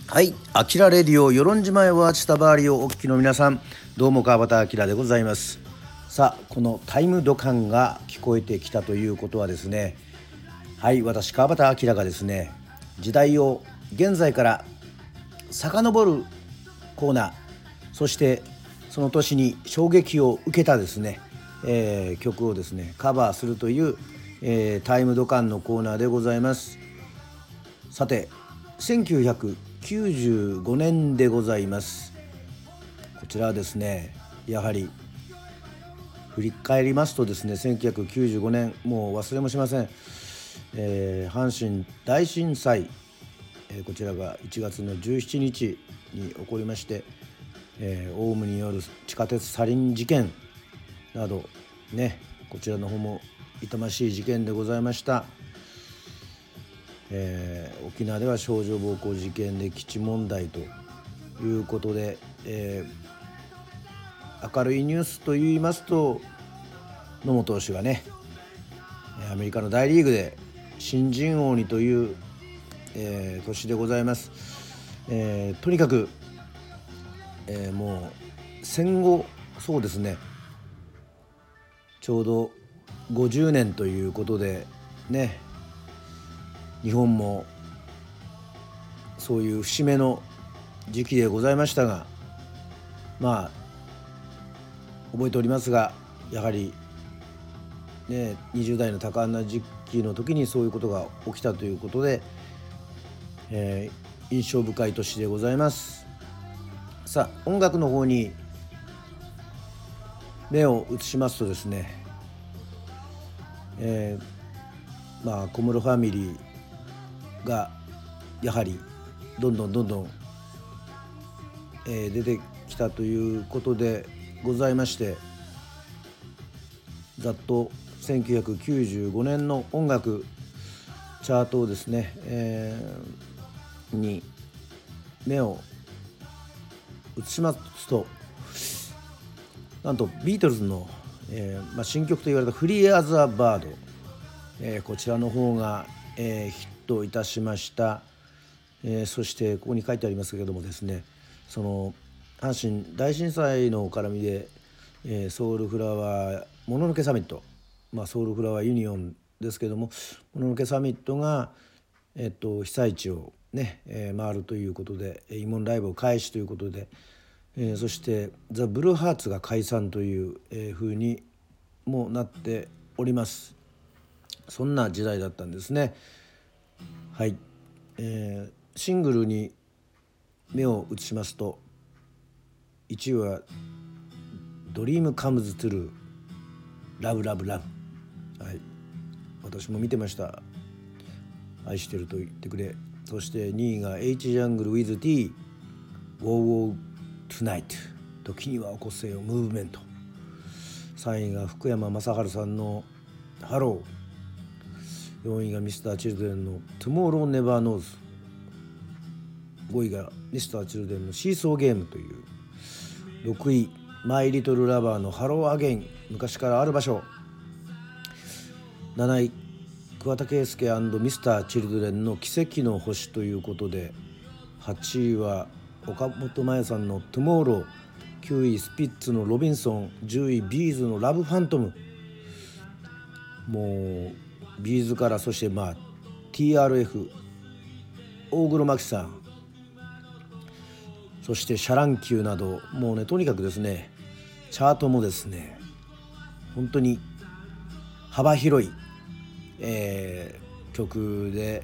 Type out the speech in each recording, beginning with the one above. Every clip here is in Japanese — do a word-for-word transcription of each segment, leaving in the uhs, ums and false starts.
はい、アキラレディオ、与論島へはチタバーリをお聞きの皆さん、どうも川端明でございます。さあ、このタイムドカンが聞こえてきたということはですね、はい、私川端明がですね、時代を現在から遡るコーナー、そしてその年に衝撃を受けたですね、えー、曲をですねカバーするという、えー、タイムドカンのコーナーでございます。さて、せんきゅうひゃくきゅうじゅうごねんでございます。こちらはですね、やはり振り返りますとですね、せんきゅうひゃくきゅうじゅうごねん、もう忘れもしません、えー、阪神大震災、えー、こちらがいちがつのじゅうしちにちに起こりまして、えー、オウムによる地下鉄サリン事件などね、こちらの方も痛ましい事件でございました。えー、沖縄では少女暴行事件で基地問題ということで、えー、明るいニュースといいますと、野茂投手がねアメリカの大リーグで新人王にという、えー、年でございます。えー、とにかく、えー、もう戦後そうですね、ちょうどごじゅうねんということでね、日本もそういう節目の時期でございましたが、まあ覚えておりますが、やはりね、にじゅう代の多感な時期の時にそういうことが起きたということで、えー、印象深い年でございます。さあ、音楽の方に目を移しますとですね、えー、まあ小室ファミリーがやはりどんどんどんどん、えー、出てきたということでございまして、ざっとせんきゅうひゃくきゅうじゅうごねんの音楽チャートをですね、えー、に目を移しますと、なんとビートルズの、えーまあ、新曲と言われたフリーアザーバード、えー、こちらの方が、えー、ヒットいたしました。えー、そしてここに書いてありますけれどもですね、その阪神大震災の絡みで、えー、ソウルフラワーもののけサミット、まあ、ソウルフラワーユニオンですけれども、もののけサミットが、えっと、被災地をね、えー、回るということで、慰問ライブを開始ということで、えー、そしてザ・ブルーハーツが解散という、えー、風にもなっております。そんな時代だったんですね。はい、えー、シングルに目を移しますと、いちいはドリームカムズトゥルー、ラブラブラブ、はい、私も見てました。愛してると言ってくれ。そしてにいが H ジャングル with T、 ウォーウォートゥナイト、時には起こせよムーブメント。さんいが福山雅治さんのハロー、よんいがミスターチルドレンのトゥモローネバーノーズ、ごいがミスターチルドレンのシーソーゲームという、ろくいマイリトルラバーのハローアゲイン、昔からある場所、なない桑田佳祐&ミスターチルドレンの奇跡の星ということで、はちいは岡本真也さんのトゥモロー、きゅういスピッツのロビンソン、じゅういビーズのラブファントム。もうビーズから、そしてまあ ティーアールエフ 大黒摩季さん、そしてシャ乱 Q など、もうね、とにかくですね、チャートもですね本当に幅広い、えー、曲で、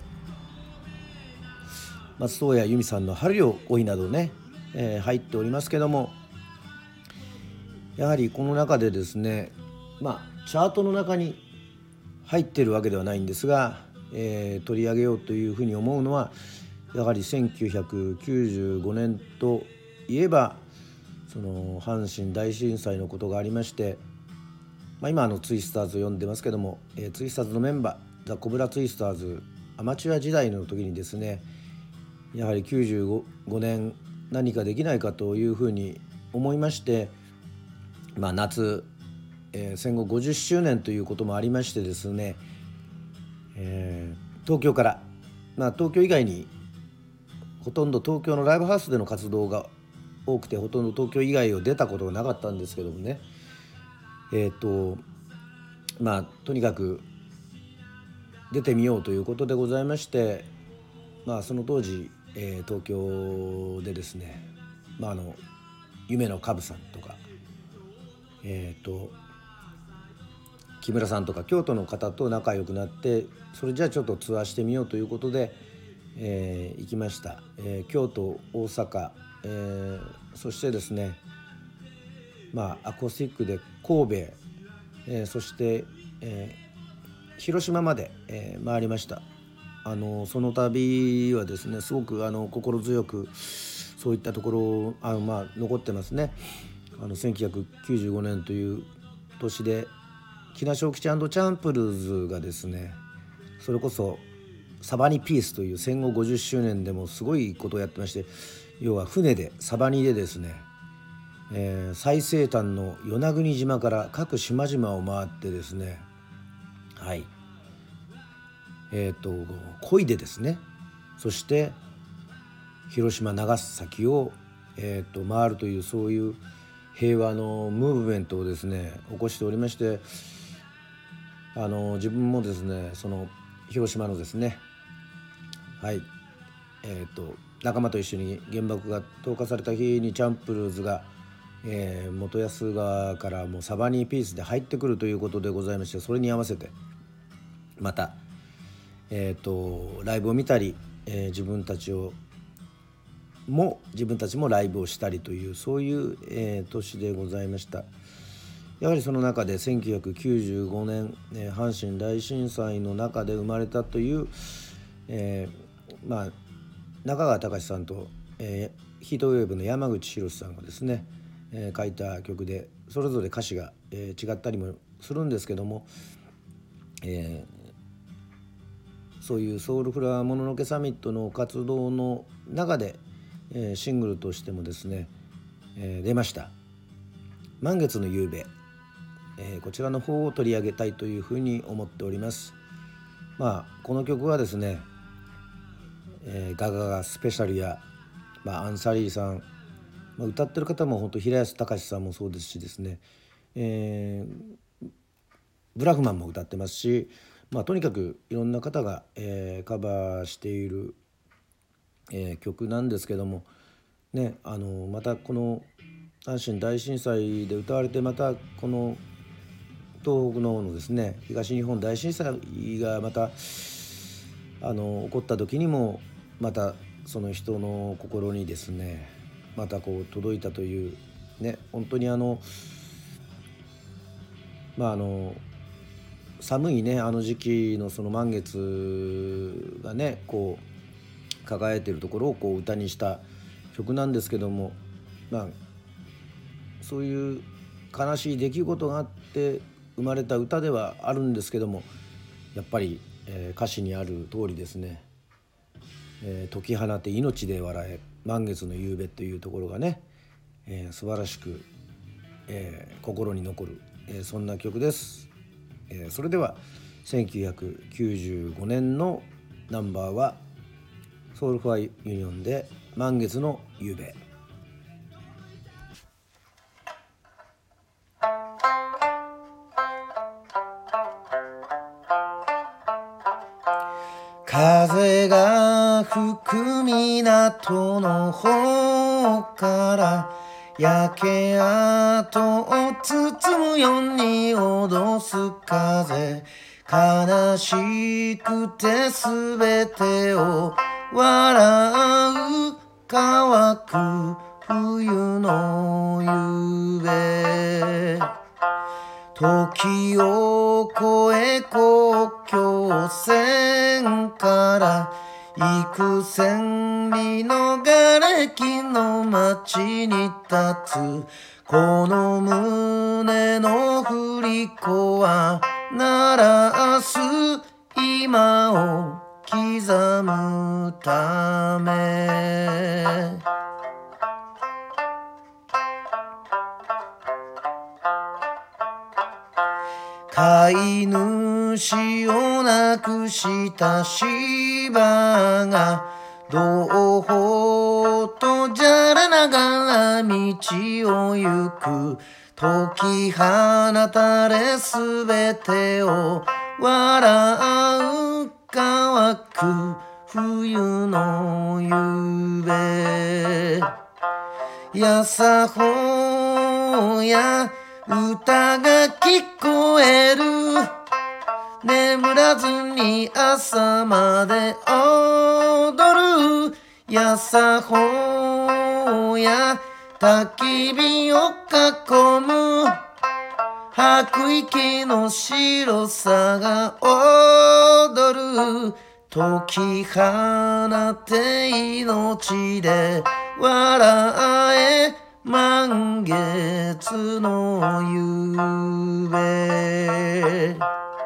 松任谷由実さんの春よ来いなどね、えー、入っておりますけども、やはりこの中でですね、まあチャートの中に入っているわけではないんですが、えー、取り上げようというふうに思うのは、やはりせんきゅうひゃくきゅうじゅうごねんといえば、その阪神大震災のことがありまして、まあ、今あのツイスターズを読んでますけども、えー、ツイスターズのメンバーザ・コブラツイスターズアマチュア時代の時にですね、やはりきゅうじゅうごねん何かできないかというふうに思いまして、まあ、夏、えー、戦後ごじゅっしゅうねんということもありましてですね、えー、東京から、まあ、東京以外にほとんど東京のライブハウスでの活動が多くて、ほとんど東京以外を出たことがなかったんですけどもね、えっとまあとにかく出てみようということでございまして、まあその当時、えー、東京でですね、まああの夢のカブさんとか、えっと木村さんとか京都の方と仲良くなって、それじゃあちょっとツアーしてみようということで、えー、行きました、えー、京都、大阪、えー、そしてですね、まあアコースティックで神戸、えー、そして、えー、広島まで、えー、回りました。あのその旅はですね、すごくあの心強くそういったところあの、まあ、残ってますね。あのせんきゅうひゃくきゅうじゅうごねんという年で、木梨小吉&チャンプルーズがですね、それこそサバニピースという戦後ごじゅっしゅうねんでもすごいことをやってまして、要は船でサバニでですね、えー、最西端の与那国島から各島々を回ってですね、はいえっと漕いでですね、そして広島長崎を、えー、と回るという、そういう平和のムーブメントをですね起こしておりまして、あの自分もですね、その広島のですね、はいえー、と仲間と一緒に原爆が投下された日にチャンプルーズが、えー、元安川からもうサバニーピースで入ってくるということでございまして、それに合わせてまた、えー、とライブを見たり、えー、自分たちをも自分たちもライブをしたりという、そういう、えー、年でございました。やはりその中でせんきゅうひゃくきゅうじゅうごねん、えー、阪神大震災の中で生まれたという、えー、まあ中川隆さんと、えー、ヒートウェーブの山口博さんがですね、えー、書いた曲で、それぞれ歌詞が、えー、違ったりもするんですけども、えー、そういうソウルフラワーもののけサミットの活動の中で、えー、シングルとしてもですね、えー、出ました満月の夕べ、えー、こちらの方を取り上げたいというふうに思っております。まあこの曲はですね、えー、ガガガスペシャルや、まあ、アンサリーさん、まあ、歌ってる方も本当平安隆さんもそうですしですね、えー、ブラフマンも歌ってますし、まあ、とにかくいろんな方が、えー、カバーしている、えー、曲なんですけどもね、あのまたこの阪神大震災で歌われて、またこの東北の方のですね東日本大震災がまたあの起こった時にも、またその人の心にですねまたこう届いたというね、本当にあのまああの寒いねあの時期のその満月がねこう輝いているところをこう歌にした曲なんですけども、まあそういう悲しい出来事があって生まれた歌ではあるんですけども、やっぱり、えー、歌詞にある通りですね、えー、解き放て命で笑え満月の夕べというところがね、えー、素晴らしく、えー、心に残る、えー、そんな曲です。えー、それではせんきゅうひゃくきゅうじゅうごねんのナンバーはソウルファイユニオンで満月の夕べ。風が吹く港の方から焼け跡を包むように脅す風、悲しくてすべてを笑う乾く冬の夕べ、時を越え国境線から幾千里の瓦礫の街に立つ、この胸の振り子は鳴らす今を刻むため、飼い主を亡くした芝が同胞とじゃれながら道を行く。解き放たれすべてを笑う乾く冬の夕べ。やさほや歌が聞こえる。眠らずに朝まで踊る。やさほや焚き火を囲む。吐く息の白さが踊る。解き放て命で笑え満月の夕べ。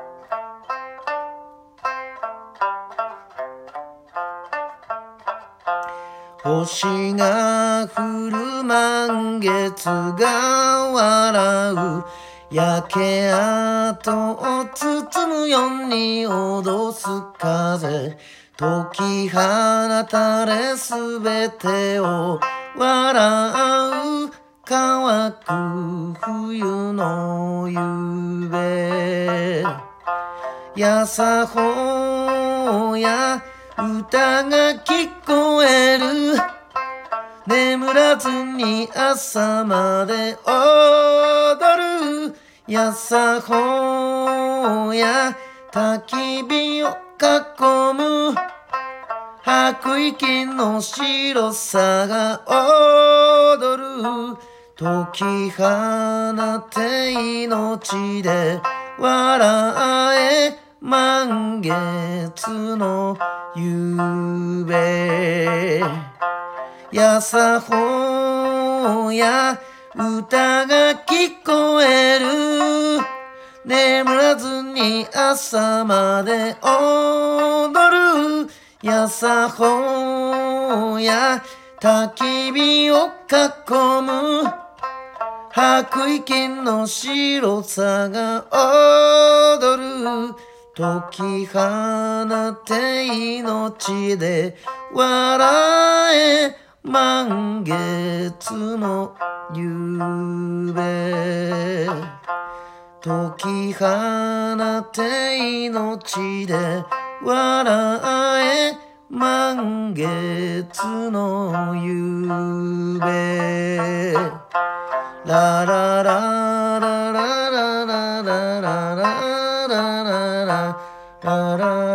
星が降る満月が笑う。焼け跡を包むように脅す風。解き放たれすべてを笑う乾く冬の夕べ。やさほや歌が聞こえる。眠らずに朝まで踊る。やさほや焚き火を囲む。吐く息の白さが踊る。解き放て命で笑え満月の夕べ。やさほや歌が聞こえる。眠らずに朝まで踊る。やさほや焚き火を囲む。吐く息の白さが踊る。解き放て命で笑え満月の夕べ。解き放て命で笑え満月の夕べ。ラララララララララララララララ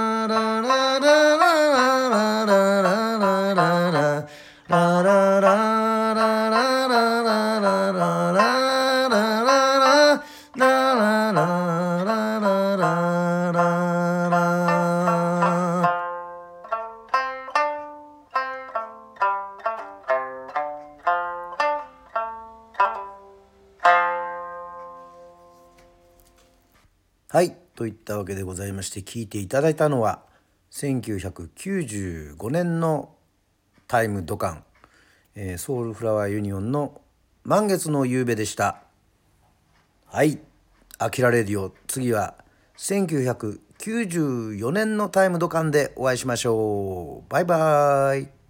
はい、といったわけでございまして、聴いていただいたのはせんきゅうひゃくきゅうじゅうごねんのタイムドカン、えー、ソウルフラワーユニオンの満月の夕べでした。はい、アキラレディオ、次はせんきゅうひゃくきゅうじゅうよねんのタイムドカンでお会いしましょう。バイバイ。